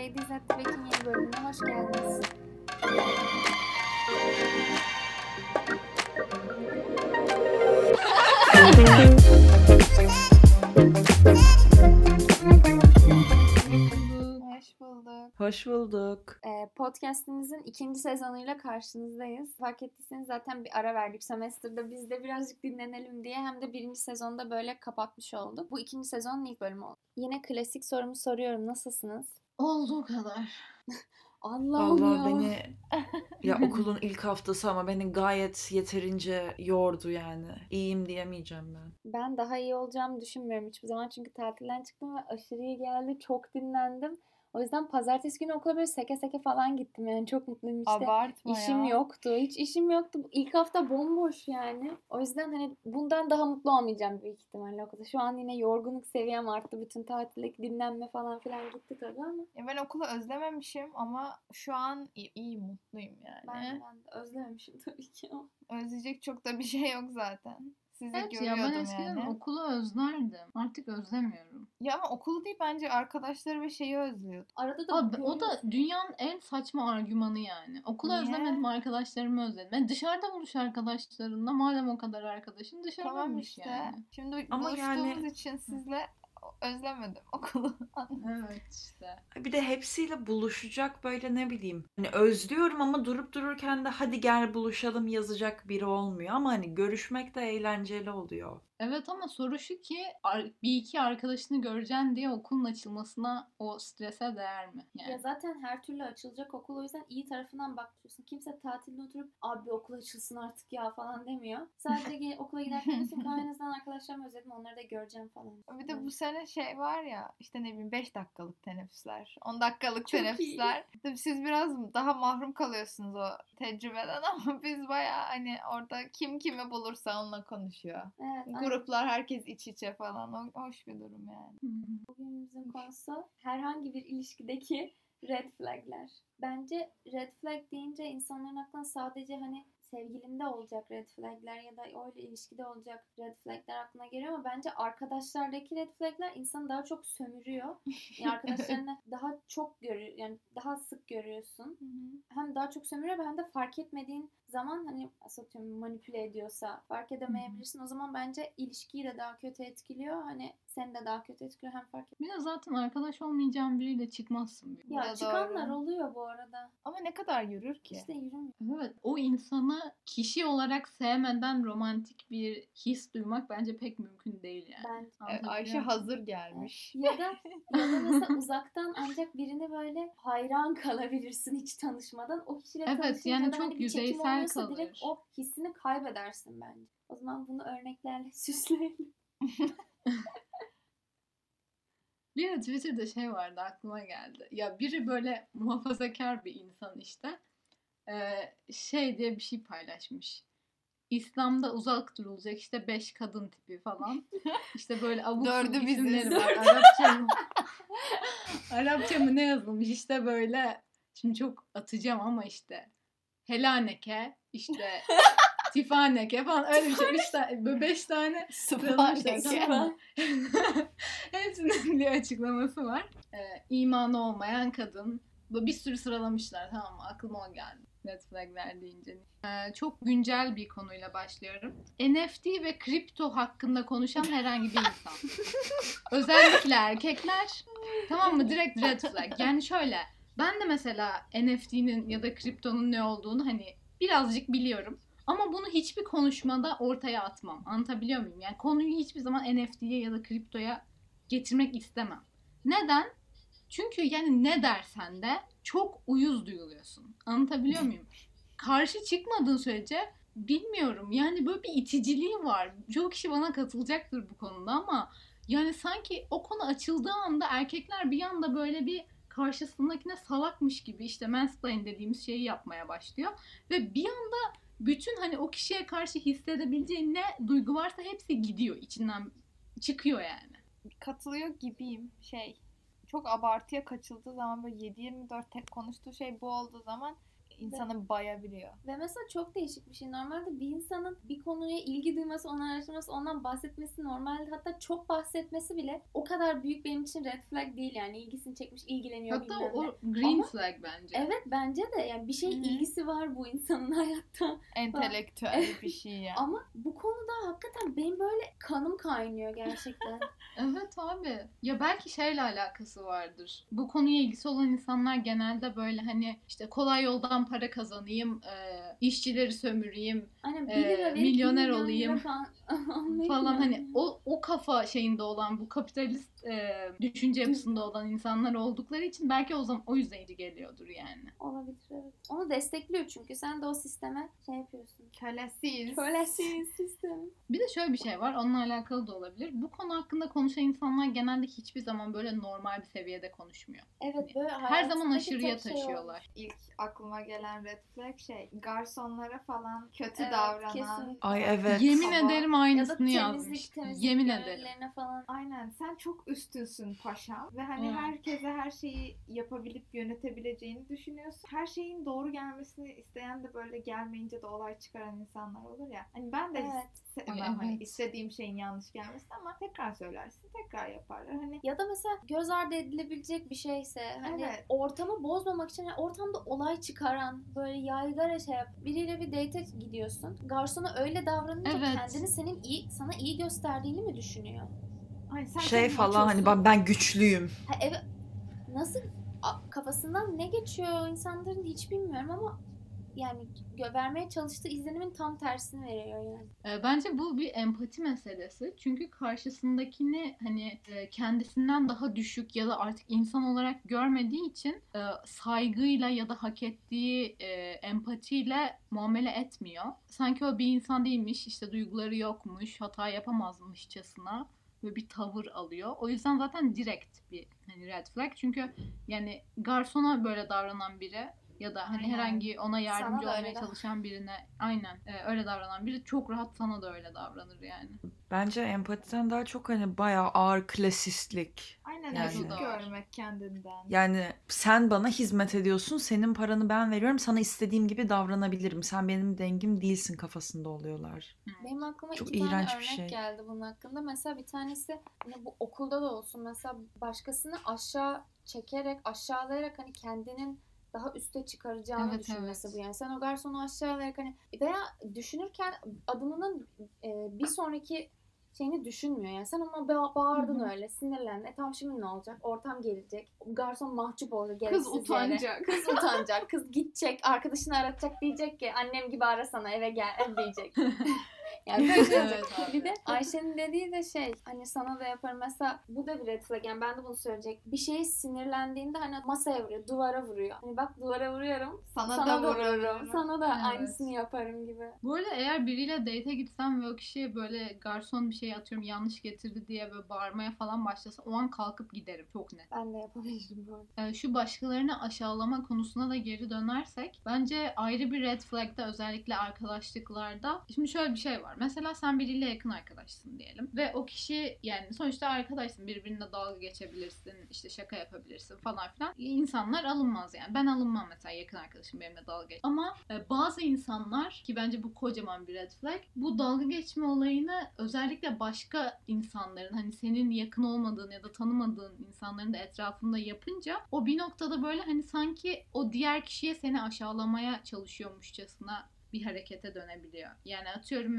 Ladies at the Back'in yeni bölümüne hoş geldiniz. Hoş bulduk. Hoş bulduk. Podcast'imizin 2. sezonuyla karşınızdayız. Fark ettiyseniz zaten bir ara verdik. Semester'da biz de birazcık dinlenelim diye hem de 1. sezonda böyle kapatmış olduk. Bu 2. sezonun ilk bölümü oldu. Yine klasik sorumu soruyorum. Nasılsınız? Olduğu kadar. Allah'ım Vallahi ya. beni ya okulun ilk haftası ama beni gayet yeterince yordu yani. İyiyim diyemeyeceğim ben. Ben daha iyi olacağımı düşünmüyorum hiçbir zaman. Çünkü tatilden çıktım ve aşırı iyi geldi. Çok dinlendim. O yüzden pazartesi günü okula böyle seke seke falan gittim. Yani çok mutluyum işte. Abartma İşim ya. yoktu. Hiç işim yoktu. İlk hafta bomboş yani. O yüzden hani bundan daha mutlu olmayacağım büyük ihtimalle okulda. Şu an yine yorgunluk seviyem arttı. Bütün tatildeki dinlenme falan filan gitti tabii ama. Ya ben okulu özlememişim ama şu an iyi mutluyum yani. Ben de özlememişim tabii ki ama. Özleyecek çok da bir şey yok zaten. Sizi Evet ya görüyordum ben eskiden yani. okulu özlerdim. Artık özlemiyorum. Ya ama okulu değil bence arkadaşları ve şeyi özlüyordum. Arada da Abi o da dünyanın en saçma argümanı yani. Okulu Niye? özlemedim, arkadaşlarımı özledim. Ben dışarıda buluş arkadaşlarınla, madem o kadar arkadaşın dışarıda Tamam buluş işte. yani. Şimdi Ama buluştuğumuz yani- için sizle özlemedim okulu. Evet işte. Bir de hepsiyle buluşacak böyle ne bileyim. Hani özlüyorum ama durup dururken de hadi gel buluşalım yazacak biri olmuyor. Ama hani görüşmek de eğlenceli oluyor. Evet ama soru şu ki bir iki arkadaşını göreceksin diye okulun açılmasına o strese değer mi? Ya Yani. zaten her türlü açılacak okul, o yüzden iyi tarafından bakıyorsun. Kimse tatilde oturup abi okul açılsın artık ya falan demiyor. Sadece okula giderken diyorsun ki en azından arkadaşlarımı özledim, onları da göreceğim falan. Bir de bu sene şey var ya işte ne bileyim 5 dakikalık teneffüsler, 10 dakikalık Çok iyi. teneffüsler. Tabii siz biraz daha mahrum kalıyorsunuz o tecrübeden ama biz bayağı hani orada kim kimi bulursa onunla konuşuyor. Evet, aynen. Gruplar herkes iç içe falan. O hoş bir durum yani. Bugünümüzün konusu herhangi bir ilişkideki red flagler. Bence red flag deyince insanların aklına sadece hani sevgilinde olacak red flagler ya da öyle ilişkide olacak red flagler aklına geliyor ama bence arkadaşlardaki red flagler insanı daha çok sömürüyor. Yani arkadaşlarını daha çok yani daha sık görüyorsun. Hem daha çok sömürüyor hem de fark etmediğin zaman hani atıyorum manipüle ediyorsa fark edemeyebilirsin. O zaman bence ilişkiyi de daha kötü etkiliyor. Hani seni de daha kötü etkiliyor hem fark et. Bir de zaten arkadaş olmayacağın biriyle çıkmazsın. Ya Bu da çıkanlar doğru. oluyor bu arada. Ama ne kadar yürür ki? İşte yürümüyor. Evet, o insanı kişi olarak sevmeden romantik bir his duymak bence pek mümkün değil yani. Ben Anlatabiliyor Ayşe muyum? hazır gelmiş. ya da mesela uzaktan ancak birine böyle hayran kalabilirsin hiç tanışmadan. O kişiyle Evet, tanışınca yani da çok hani bir çekim yüzeysel oluyorsa direkt kalır. o hissini kaybedersin bence. O zaman bunu örneklerle süsleyelim. Bir ara Twitter'da şey vardı, aklıma geldi. Ya biri böyle muhafazakar bir insan işte. Şey diye bir şey paylaşmış. İslam'da uzak durulacak işte 5 kadın tipi falan. İşte böyle abuk Dördü sabuk biziz. isimleri var. Arapça mı? Arapça mı ne yazılmış işte böyle. Şimdi çok atacağım ama işte. Helaneke, işte Tifaneke falan öyle bir şey. 3 tane, böyle 5 tane sıralamışlar, tamam mı? Hepsinin bir açıklaması var. İmanı olmayan kadın. Böyle bir sürü sıralamışlar, tamam mı? Aklıma o geldi. Red flagler deyince. Çok güncel bir konuyla başlıyorum. NFT ve kripto hakkında konuşan herhangi bir insan. Özellikle erkekler. Tamam mı? Direkt red flag. Yani şöyle. Ben de mesela NFT'nin ya da kriptonun ne olduğunu hani birazcık biliyorum. Ama bunu hiçbir konuşmada ortaya atmam. Anlatabiliyor muyum? Yani konuyu hiçbir zaman NFT'ye ya da kriptoya getirmek istemem. Neden? Çünkü yani ne dersen de çok uyuz duyuluyorsun. Anlatabiliyor muyum? Karşı çıkmadığın sürece bilmiyorum. Yani böyle bir iticiliği var. Çoğu kişi bana katılacaktır bu konuda ama yani sanki o konu açıldığı anda erkekler bir anda böyle bir karşısındakine salakmış gibi işte mansplain dediğimiz şeyi yapmaya başlıyor. Ve bir anda bütün hani o kişiye karşı hissedebileceği ne duygu varsa hepsi gidiyor. İçinden çıkıyor yani. Katılıyor gibiyim. Çok abartıya kaçıldığı zaman böyle 7-24 tek konuştuğu şey bu olduğu zaman insanı bayabiliyor. Ve mesela çok değişik bir şey. Normalde bir insanın bir konuya ilgi duyması, onu araştırması, ondan bahsetmesi normalde, hatta çok bahsetmesi bile o kadar büyük benim için red flag değil yani. İlgisini çekmiş, ilgileniyor Hatta bilmem ne. o green Ama- flag bence. Evet bence de yani bir şey Hı hı. ilgisi var bu insanın hayatta. Entelektüel bir şey yani. Ama bu konuda hakikaten benim böyle kanım kaynıyor gerçekten. Evet abi. Ya belki şeyle alakası vardır. Bu konuya ilgisi olan insanlar genelde böyle hani işte kolay yoldan para kazanayım, işçileri sömüreyim Hani 1 lira verip milyoner 1 milyon olayım lira falan, falan, hani o kafa şeyinde olan, bu kapitalist düşünce yapısında olan insanlar oldukları için belki o yüzden iyi geliyordur yani. Olabilir, evet. Onu destekliyor çünkü sen de o sisteme şey yapıyorsun. Kölesiyiz. Kölesi sistem. Bir de şöyle bir şey var, onunla alakalı da olabilir. Bu konu hakkında konuşan insanlar genelde hiçbir zaman böyle normal bir seviyede konuşmuyor. Evet, böyle Her zaman hayatındaki aşırıya tek şey o. taşıyorlar. İlk aklıma gelen red flag garsonlara falan kötü Evet, davranan. kesinlikle. Ay evet. Yemin Ama- ederim Ya da aynısını temizlik yazmış. temizlik Yemin ederim. görevlilerine falan. Aynen, sen çok üstünsün paşam ve hani Evet. herkese her şeyi yapabilip yönetebileceğini düşünüyorsun. Her şeyin doğru gelmesini isteyen de böyle gelmeyince de olay çıkaran insanlar olur ya. Hani ben de Evet. sevmem hani Evet. istediğim şeyin yanlış gelmesini, ama tekrar söylersin, tekrar yaparlar. Hani Ya da mesela göz ardı edilebilecek bir şeyse hani Evet. ortamı bozmamak için, yani ortamda olay çıkaran, böyle yaygara şey yap. Biriyle bir date'e gidiyorsun. Garsona öyle davranınca Evet. kendini sana iyi gösterdiğini mi düşünüyor? ay sen Şey çok falan hani maçosun. ben güçlüyüm. Ha, evet. Nasıl kafasından ne geçiyor insanların hiç bilmiyorum ama yani vermeye çalıştığı izlenimin tam tersini veriyor yani. Bence bu bir empati meselesi. Çünkü karşısındakini hani kendisinden daha düşük ya da artık insan olarak görmediği için saygıyla ya da hak ettiği empatiyle muamele etmiyor. Sanki o bir insan değilmiş, işte duyguları yokmuş, hata yapamazmışçasına böyle bir tavır alıyor. O yüzden zaten direkt bir hani red flag. Çünkü yani garsona böyle davranan biri ya da hani Aynen. herhangi ona yardımcı Sana da olmaya öyle çalışan birine aynen öyle davranan biri çok rahat sana da öyle davranır yani. Bence empatiden daha çok hani bayağı ağır klasistlik. Aynen, Yani- düşük O da var. görmek kendinden. Yani sen bana hizmet ediyorsun, senin paranı ben veriyorum, sana istediğim gibi davranabilirim. Sen benim dengim değilsin kafasında oluyorlar. Benim aklıma Çok 2 tane iğrenç bir örnek şey. geldi bunun hakkında. Mesela bir tanesi hani bu okulda da olsun, mesela başkasını aşağı çekerek, aşağılayarak hani kendinin daha üste çıkaracağını Evet, düşünmesi evet. bu yani. Sen o garsonu aşağılayarak hani veya düşünürken adımının bir sonraki şeyini düşünmüyor yani. Sen ona bağırdın Hı hı. öyle, sinirlendin. Tamam, şimdi ne olacak? Ortam gelecek. Garson mahcup olacak Kız gereksiz yere. utanacak. Kız utanacak. Kız gidecek, arkadaşını aratacak, diyecek ki annem gibi arasana, eve gel diyecek. Yani böyle şey olacak. Evet abi. Bir de Ayşe'nin dediği de şey, hani sana da yaparım mesela, bu da bir red flag yani, ben de bunu söyleyecek. Bir şeye sinirlendiğinde hani masaya vuruyor, duvara vuruyor. Hani bak, duvara vuruyorum, Sana sana da vururum, vururum. sana da Evet. aynısını yaparım gibi. Bu arada eğer biriyle date'e gitsem ve o kişiye böyle garson bir şey atıyorum yanlış getirdi diye böyle bağırmaya falan başlasa, o an kalkıp giderim çok net. Ben de yapabilirim bu arada. Şu başkalarını aşağılama konusuna da geri dönersek, bence ayrı bir red flag'da, özellikle arkadaşlıklarda. Şimdi şöyle bir şey var. Mesela sen biriyle yakın arkadaşsın diyelim ve o kişi, yani sonuçta arkadaşsın, birbirine dalga geçebilirsin, işte şaka yapabilirsin falan filan. İnsanlar alınmaz yani. Ben alınmam mesela, yakın arkadaşım benimle dalga geç. Ama bazı insanlar, ki bence bu kocaman bir red flag, bu dalga geçme olayını özellikle başka insanların, hani senin yakın olmadığın ya da tanımadığın insanların da etrafında yapınca, o bir noktada böyle hani sanki o diğer kişiye seni aşağılamaya çalışıyormuşçasına bir harekete dönebiliyor. Yani atıyorum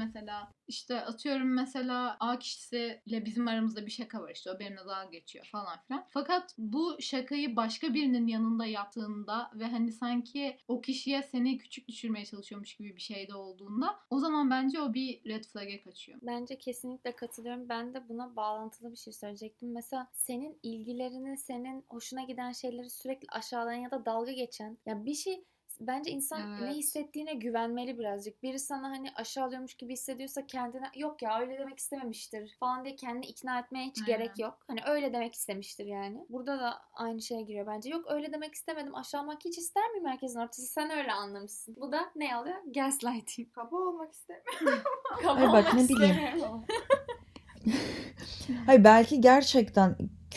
mesela A kişisiyle bizim aramızda bir şaka var, işte o benimle dalga geçiyor falan filan. Fakat bu şakayı başka birinin yanında yaptığında ve hani sanki o kişiye seni küçük düşürmeye çalışıyormuş gibi bir şey de olduğunda, o zaman bence o bir red flag'e kaçıyor. Bence kesinlikle katılıyorum. Ben de buna bağlantılı bir şey söyleyecektim. Mesela senin ilgilerini, senin hoşuna giden şeyleri sürekli aşağılayan ya da dalga geçen, ya bir şey, bence insan ne Evet. hissettiğine güvenmeli birazcık. Biri sana hani aşağılıyormuş gibi hissediyorsa kendine, yok ya öyle demek istememiştir falan diye kendini ikna etmeye hiç Aynen. gerek yok. Hani öyle demek istemiştir yani. Burada da aynı şeye giriyor bence. Yok öyle demek istemedim, aşağılamak hiç ister miyim herkesin ortası, sen öyle anlamışsın. Bu da ne oluyor? Gaslighting. Kaba olmak istemiyorum. Kaba Ay bak, olmak ne bileyim. istemiyorum ama. Hayır, belki gerçekten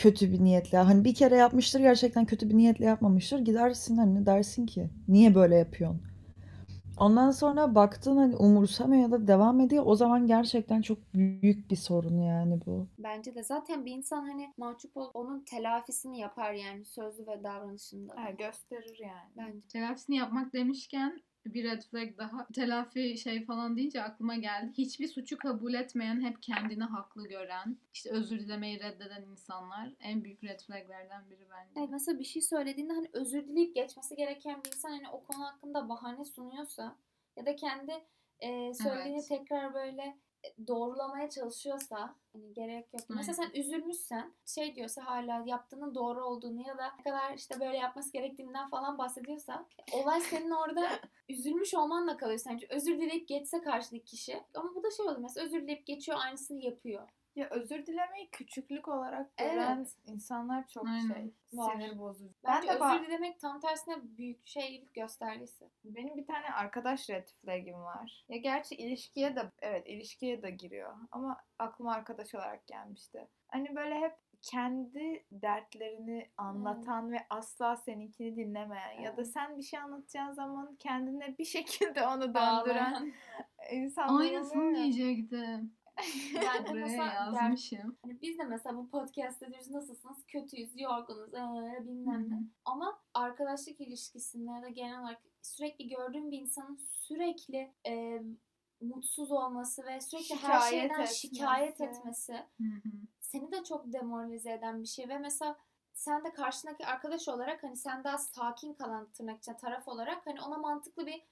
kötü bir niyetle. Hani bir kere yapmıştır, gerçekten kötü bir niyetle yapmamıştır. Gidersin hani dersin ki niye böyle yapıyorsun? Ondan sonra baktın hani umursamıyor ya da devam ediyor. O zaman gerçekten çok büyük bir sorun yani bu. Bence de zaten bir insan hani mahcup olup onun telafisini yapar yani sözlü ve davranışında. Ha, gösterir yani. Bence. Telafisini yapmak demişken bir red flag daha. Telafi şey falan deyince aklıma geldi. Hiçbir suçu kabul etmeyen, hep kendini haklı gören, işte özür dilemeyi reddeden insanlar en büyük red flaglerden biri bence. Evet, mesela bir şey söylediğinde hani özür dileyip geçmesi gereken bir insan hani o konu hakkında bahane sunuyorsa ya da kendi söylediğini Evet. tekrar böyle doğrulamaya çalışıyorsa hani gerek yok. Mesela sen üzülmüşsen şey diyorsa hala yaptığının doğru olduğunu ya da ne kadar işte böyle yapması gerektiğinden falan bahsediyorsa olay senin orada üzülmüş olmanla kalıyor sence. Özür dileyip geçse karşındaki kişi. Ama bu da şey oluyor mesela özür dileyip geçiyor aynısını yapıyor. Ya özür dilemeyi küçüklük olarak gören Evet. insanlar çok Aynen. Var. sinir bozucu. Bence Ben de özür dilemek tam tersine büyük şeylik göstergesi. benim bir tane arkadaş red flag'im var. Ya gerçi ilişkiye de giriyor ama aklıma arkadaş olarak gelmişti. Hani böyle hep kendi dertlerini anlatan ve asla seninkini dinlemeyen ya da sen bir şey anlatacağın zaman kendine bir şekilde onu döndüren Bağlayan. insanlar Aynısını oluyor ya. diyecektim. Ben de Buraya mesela yazmışım. hani biz de mesela bu podcast'te diyoruz nasılsınız? Kötüyüz, yorgunuz, bilmem Hı ne. hı. Ama arkadaşlık ilişkisinde ya da genel olarak sürekli gördüğüm bir insanın sürekli mutsuz olması ve sürekli her Şikayet şeyden etmesi. şikayet etmesi Hı hı. seni de çok demoralize eden bir şey ve mesela sen de karşındaki arkadaş olarak hani sen daha sakin kalan tırnak içinde taraf olarak hani ona mantıklı bir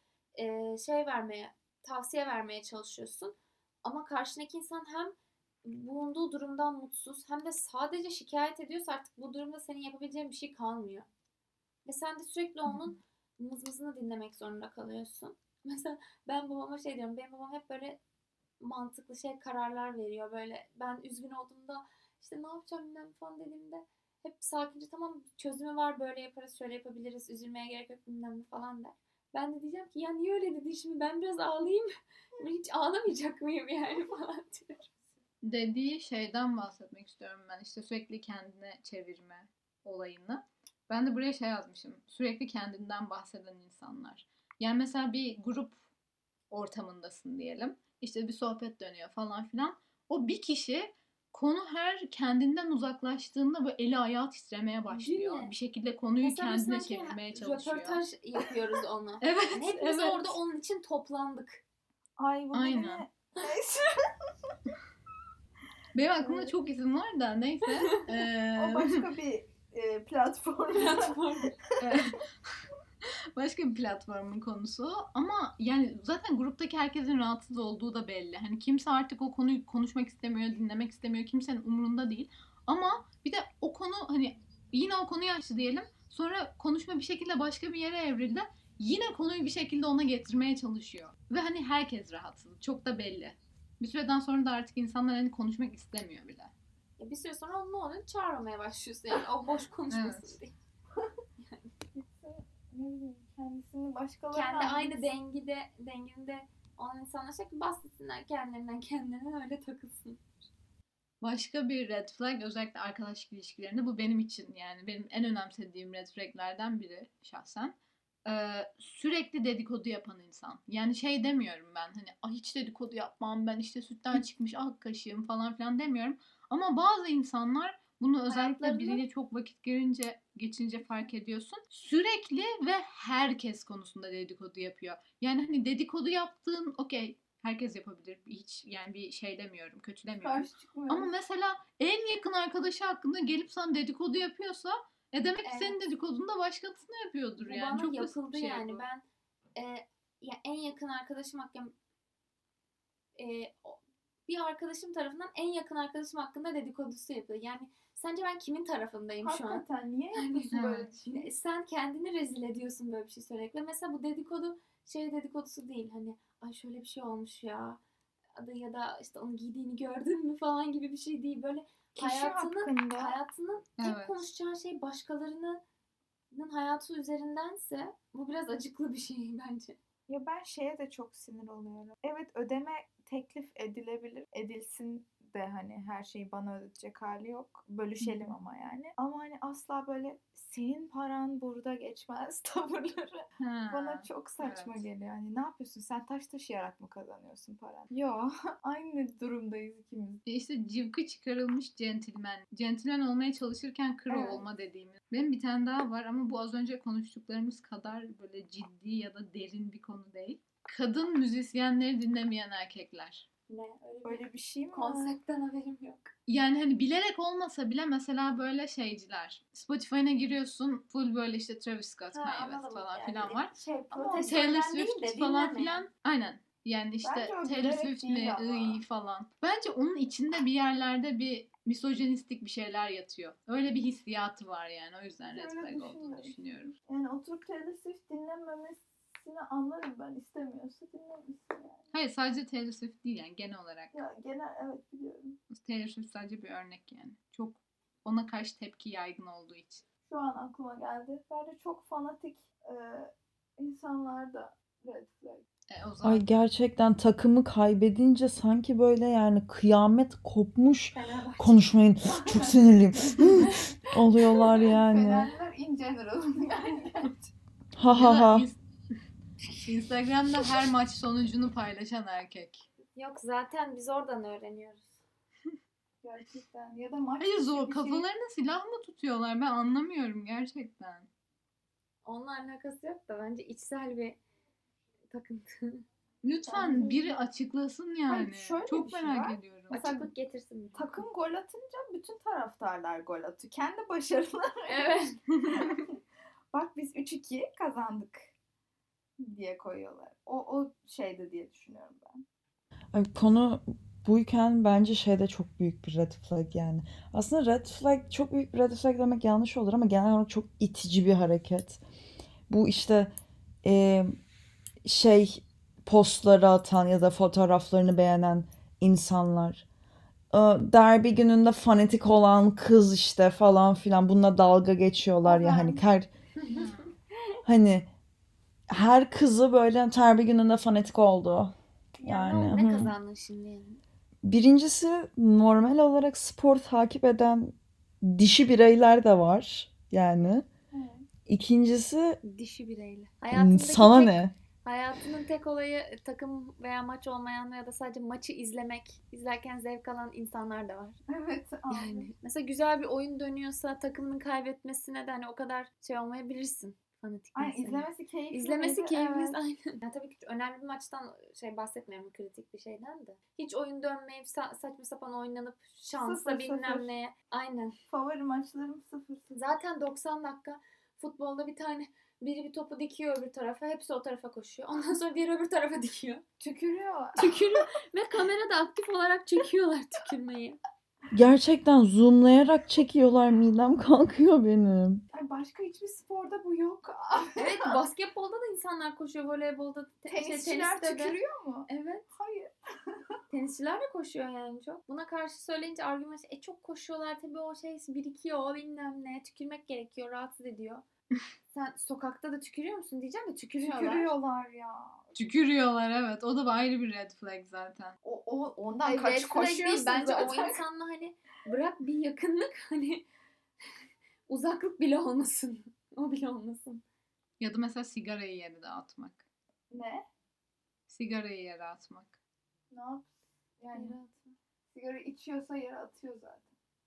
tavsiye vermeye çalışıyorsun. Ama karşındaki insan hem bulunduğu durumdan mutsuz hem de sadece şikayet ediyorsa artık bu durumda senin yapabileceğin bir şey kalmıyor. Ve sen de sürekli onun mızmızını dinlemek zorunda kalıyorsun. Mesela ben babama şey diyorum. Benim babam hep böyle mantıklı kararlar veriyor. Böyle ben üzgün olduğumda işte ne yapacağım bilmem falan dediğimde hep sakince tamam çözümü var böyle yaparız şöyle yapabiliriz üzülmeye gerek yok bilmem ne falan der. Ben de diyeceğim ki ya niye öyle dedin şimdi ben biraz ağlayayım. Hiç ağlamayacak mıyım yani falan diyorum. Dediği şeyden bahsetmek istiyorum ben. İşte sürekli kendine çevirme olayını. Ben de buraya şey yazmışım. Sürekli kendinden bahseden insanlar. Yani mesela bir grup ortamındasın diyelim. İşte bir sohbet dönüyor falan filan. O bir kişi konu her kendinden uzaklaştığında böyle eli ayağı titremeye başlıyor. Değil mi? Bir şekilde konuyu Mesela biz kendine sanki çevirmeye çalışıyor. röportaj yapıyoruz onu. Evet, Yani hepimiz evet. orada onun için toplandık. Ay bu Aynen. yine neyse. Benim aklımda çok isim var da neyse. O başka bir platform. Başka bir platformun konusu ama yani zaten gruptaki herkesin rahatsız olduğu da belli. Hani kimse artık o konuyu konuşmak istemiyor, dinlemek istemiyor. Kimsenin umurunda değil. Ama bir de o konu hani yine o konuyu açtı diyelim. Sonra konuşma bir şekilde başka bir yere evrildi. Yine konuyu bir şekilde ona getirmeye çalışıyor. Ve hani herkes rahatsız. Çok da belli. Bir süreden sonra da artık insanlar hani konuşmak istemiyor bile. Bir süre sonra onun ne oluyor? Çağırmamaya başlıyorsun yani. O boş konuşmasın Evet. diye. Ne bileyim, kendisini başkalarına Kendi ait- aynı denginde olan insanlar ki bahsetsinler kendilerine öyle takılsın. Başka bir red flag özellikle arkadaşlık ilişkilerinde bu benim için yani benim en önemsediğim red flaglerden biri şahsen. Sürekli dedikodu yapan insan. Yani şey demiyorum ben hani hiç dedikodu yapmam ben işte sütten çıkmış ak kaşığım falan filan demiyorum. Ama bazı insanlar bunu özellikle Hayatlarını- biriyle çok vakit geçince fark ediyorsun. Sürekli ve herkes konusunda dedikodu yapıyor. Yani hani dedikodu yaptığın okey herkes yapabilir. Hiç yani bir şey demiyorum, kötülemiyorum. Karşı çıkmıyor. Ama mesela en yakın arkadaşı hakkında gelip sana dedikodu yapıyorsa demek ki senin dedikodunu da başkasına yapıyordur Bu yani. bana Çok basit yapıldı bir şey yani. bu. Ben ya en yakın arkadaşım hakkında bir arkadaşım tarafından en yakın arkadaşım hakkında dedikodusu yapıyor. Yani sence ben kimin tarafındayım şu an? Hakikaten niye yapıyorsun böyle bir şey? Sen kendini rezil ediyorsun böyle bir şey söyleyerek. Ve mesela bu dedikodu dedikodusu değil. Hani ay şöyle bir şey olmuş ya. Ya da işte onun giydiğini gördün mü falan gibi bir şey değil. Böyle Kişi hayatının Evet. tek konuşacağı şey başkalarının hayatı üzerindense bu biraz acıklı bir şey bence. Ya ben şeye de çok sinir oluyorum. Evet ödeme teklif edilebilir, edilsin de hani her şeyi bana ödetecek hali yok. Bölüşelim ama yani. Ama hani asla böyle senin paran burada geçmez tavırları Ha, bana çok saçma evet. geliyor. Hani ne yapıyorsun? Sen taş taşıyarak mı kazanıyorsun paranı? Yo, aynı durumdayız ikimiz. İşte cıvkı çıkarılmış centilmen. Centilmen olmaya çalışırken kro Evet. olma dediğimiz. Benim bir tane daha var ama bu az önce konuştuklarımız kadar böyle ciddi ya da derin bir konu değil. Kadın müzisyenleri dinlemeyen erkekler. Ne? Öyle bir Öyle bir şey mi var? konseptten haberim yok. Yani hani bilerek olmasa bile mesela böyle şeyciler. Spotify'ına giriyorsun full böyle işte Travis Scott, Ha, Kanye West anladım. falan Yani filan var. Ama protesto Taylor eden Swift değil de falan dinlemeyen. filan. Aynen. Yani işte Bence o Taylor bilerek Swift değil mi ama. iyi falan. Bence onun içinde bir yerlerde bir misojenistik bir şeyler yatıyor. Öyle bir hissiyatı var yani. O yüzden red Öyle flag olduğunu düşünmemiştim. düşünüyorum. Yani oturup Taylor Swift dinlememesini anlarım ben. İstemiyorsa dinlemesin yani. Hayır sadece Taylor Swift değil yani genel olarak. Ya genel evet biliyorum. Taylor Swift sadece bir örnek yani. Çok ona karşı tepki yaygın olduğu için. Şu an aklıma geldi. Bence çok fanatik insanlar da red flag. O zaman Ay gerçekten takımı kaybedince sanki böyle yani kıyamet kopmuş. Fenerbahçe. Konuşmayın. Çok sinirliyim. Oluyorlar yani. Fenerliler in general yani. Ha ya ha da ha. Instagram'da her maç sonucunu paylaşan erkek. Yok zaten biz oradan öğreniyoruz. Gerçekten. Ya da maç Hayır dışı zor bir şey. kafalarına silah mı tutuyorlar ben anlamıyorum gerçekten. Onunla alakası yok da bence içsel bir takıntı. Lütfen biri açıklasın yani. Hayır, şöyle Çok bir şey merak var. ediyorum. Açıklık getirsin. bir Takım gol atınca bütün taraftarlar gol atıyor. Kendi başarıları. Evet. Bak biz 3-2 kazandık diye koyuyorlar. O şeyde diye düşünüyorum ben. Ay, konu buyken bence şeyde çok büyük bir red flag yani. Aslında red flag çok büyük bir red flag demek yanlış olur ama genel olarak çok itici bir hareket. Bu işte şey postları atan ya da fotoğraflarını beğenen insanlar. Derbi gününde fanatik olan kız işte falan filan bununla dalga geçiyorlar ya hani hani her kızı böyle derbi gününde fanatik oldu. Yani ne kazandın şimdi yani? birincisi normal olarak spor takip eden dişi bireyler de var yani. İkincisi Dişi bireyler. sana ne? Hayatının tek olayı takım veya maç olmayan ya da sadece maçı izlerken zevk alan insanlar da var. Evet. Yani mesela güzel bir oyun dönüyorsa takımının kaybetmesine de hani o kadar şey olmayabilirsin. Fanatik Aynen, mesela. izlemesi keyifli. İzlemesi miydi? keyifli. Evet. Aynen. Yani tabii ki önemli bir maçtan bahsetmiyorum, kritik bir şeyden de. Hiç oyun dönmeyip saçma sapan oynanıp şansla 0-0. bilmem neye. Aynen. Favori maçlarım 0-0. Zaten 90 dakika futbolda biri bir topu dikiyor öbür tarafa. Hepsi o tarafa koşuyor. Ondan sonra diğeri öbür tarafa dikiyor. Tükürüyor. Ve kamerada aktif olarak çekiyorlar tükürmeyi. Gerçekten zoomlayarak çekiyorlar, midem kalkıyor benim. Ay başka hiçbir sporda bu yok. Evet, basketbolda da insanlar koşuyor. Voleybolda, Tenisçiler teniste de. tükürüyor mu? Evet. Hayır. Tenisçiler de koşuyor yani çok. Buna karşı söyleyince argüman çok koşuyorlar tabii o birikiyor bilmem ne. Tükürmek gerekiyor, rahatsız ediyor. Sen sokakta da tükürüyor musun diyeceğim de tükürüyorlar. Tükürüyorlar ya. Tükürüyorlar evet. O da ayrı bir red flag zaten. Ondan Red kaç flag değil, koşuyorsun bence zaten. o insanla hani bırak bir yakınlık hani uzaklık bile olmasın. O bile olmasın. Ya da mesela sigarayı yere de atmak. Ne? Sigarayı yere atmak. Ne yap? Yani sigara içiyorsa yere atıyor zaten.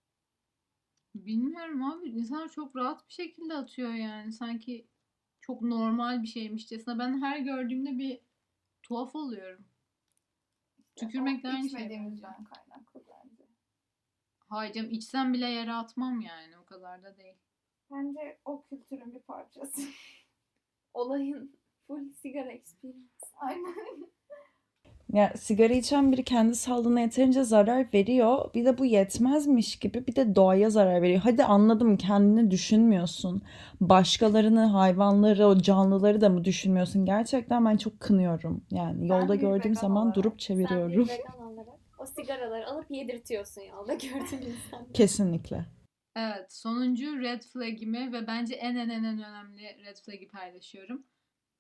Bilmiyorum abi. İnsanlar çok rahat bir şekilde atıyor yani. Sanki çok normal bir şeymişçesine. Ben her gördüğümde bir tuhaf oluyorum. Tükürmek de aynı şey bence. İçmediğimizden kaynaklı bence. Hayır canım içsem bile yere atmam yani. O kadar da değil. Bence o kültürün bir parçası. Olayın full sigara experience. Aynen. Ya sigara içen biri kendi sağlığına yeterince zarar veriyor. Bir de bu yetmezmiş gibi bir de doğaya zarar veriyor. Hadi anladım, kendini düşünmüyorsun. Başkalarını, hayvanları, o canlıları da mı düşünmüyorsun? Gerçekten ben çok kınıyorum. Yani yolda bir gördüğüm vegan zaman olarak, durup Sen bir çeviriyorum. vegan olarak o sigaraları alıp yedirtiyorsun yolda gördüğün insanlara. Kesinlikle. Evet, sonuncu red flag'imi ve bence en önemli red flag'i paylaşıyorum.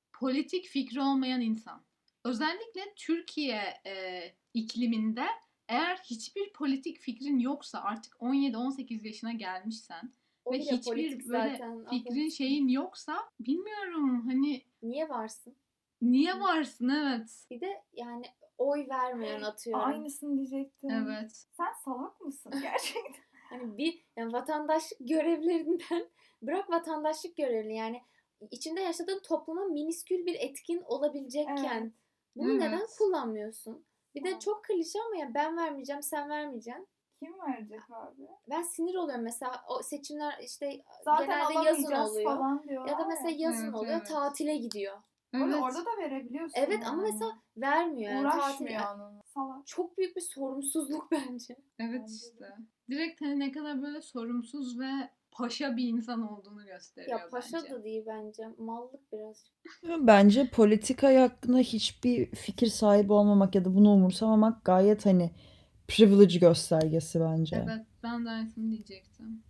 Politik fikri olmayan insan. Özellikle Türkiye ikliminde eğer hiçbir politik fikrin yoksa artık 17-18 yaşına gelmişsen O ve bile hiçbir politik böyle zaten. fikrin şeyin yoksa bilmiyorum hani Niye varsın? niye varsın evet. Bir de yani oy vermeyen atıyorum. Aynısını diyecektim. Evet. Sen salak mısın gerçekten? Hani yani vatandaşlık görevlerinden bırak vatandaşlık görevli yani içinde yaşadığın topluma miniskül bir etkin olabilecekken Evet. bunu neden Evet. kullanmıyorsun? Bir de Evet. çok klişe ama ya ben vermeyeceğim, sen vermeyeceksin. Kim verecek abi? Ben sinir oluyorum mesela o seçimler işte Zaten genelde yazın alamayacağız oluyor. falan diyorlar Ya da mesela yazın Evet, oluyor, evet. tatile gidiyor. Evet. Orada da verebiliyorsun. Evet ama yani. mesela vermiyor yani uğraşmıyor tatile. onunla. Salak. Çok büyük bir sorumsuzluk bence. Evet Bence de. işte. Direkt hani ne kadar böyle sorumsuz ve paşa bir insan olduğunu gösteriyor Ya paşa bence. da değil bence. Mallık birazcık. Bence politikayı hakkında hiçbir fikir sahibi olmamak ya da bunu umursamamak gayet hani privilege göstergesi bence. Evet, ben de aynısını diyecektim.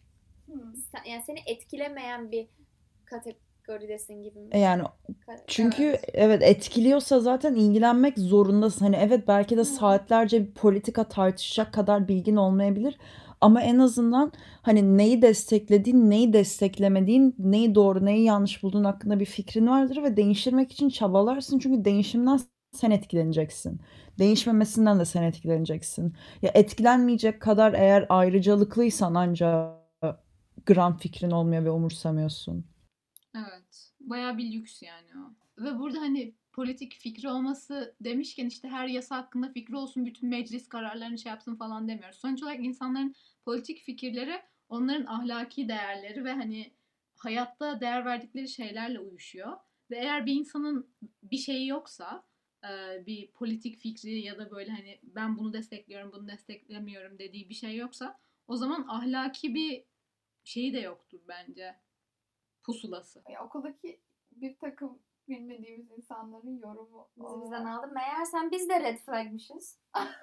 Yani seni etkilemeyen bir kategoridesin gibi mi? Yani çünkü Evet. evet etkiliyorsa zaten ilgilenmek zorundasın. Hani evet belki de saatlerce bir politika tartışacak kadar bilgin olmayabilir. Ama en azından hani neyi desteklediğin, neyi desteklemediğin, neyi doğru, neyi yanlış bulduğun hakkında bir fikrin vardır ve değiştirmek için çabalarsın. Çünkü değişimden sen etkileneceksin. Değişmemesinden de sen etkileneceksin. Ya etkilenmeyecek kadar eğer ayrıcalıklıysan ancak gram fikrin olmuyor ve umursamıyorsun. Evet. Bayağı bir lüks yani o. Ve burada hani politik fikri olması demişken işte her yasa hakkında fikri olsun, bütün meclis kararlarını şey yapsın falan demiyoruz. Sonuç olarak insanların politik fikirleri onların ahlaki değerleri ve hani hayatta değer verdikleri şeylerle uyuşuyor. Ve eğer bir insanın bir şeyi yoksa, bir politik fikri ya da böyle hani ben bunu destekliyorum, bunu desteklemiyorum dediği bir şey yoksa o zaman ahlaki bir şeyi de yoktur bence. Pusulası. Ya, okuldaki bir takım bilmediğimiz insanların yorumu. Bizi bizden aldı. Meğersem biz de red flagmışız.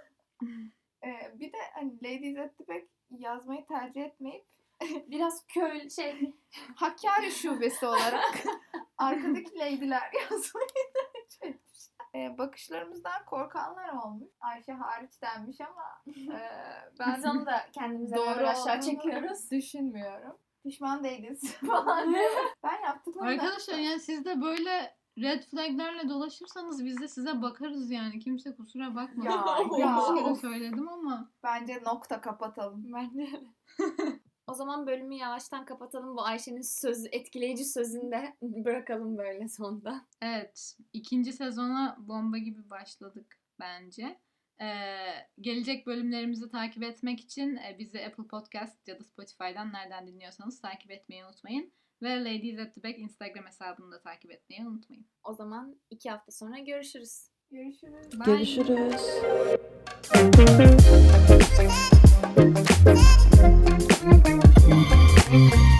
Bir de hani Ladies at the Back yazmayı tercih etmeyip Biraz köy Hakkari şubesi olarak arkadaki lady'ler yazmayı tercih etmişler. Bakışlarımızdan korkanlar olmuş. Ayşe hariç denmiş ama ben biz onu da kendimize doğru doğru aşağı olduğunu çekiyoruz. düşünmüyorum. Pişman değiliz falan. Ben yaptıklarımda Arkadaşlar yani siz de böyle red flaglerle dolaşırsanız biz de size bakarız yani. Kimse kusura bakmasın. Ya, Yanlış kere of. söyledim ama. bence nokta kapatalım. Ben de öyle. O zaman bölümü yavaştan kapatalım. Bu Ayşe'nin etkileyici sözünü de bırakalım böyle sonda. Evet. 2. sezona bomba gibi başladık bence. Gelecek bölümlerimizi takip etmek için bizi Apple Podcast ya da Spotify'dan nereden dinliyorsanız takip etmeyi unutmayın. Ve Ladies at the Back Instagram hesabını da takip etmeyi unutmayın. O zaman 2 hafta sonra görüşürüz. Görüşürüz. Bye. Görüşürüz.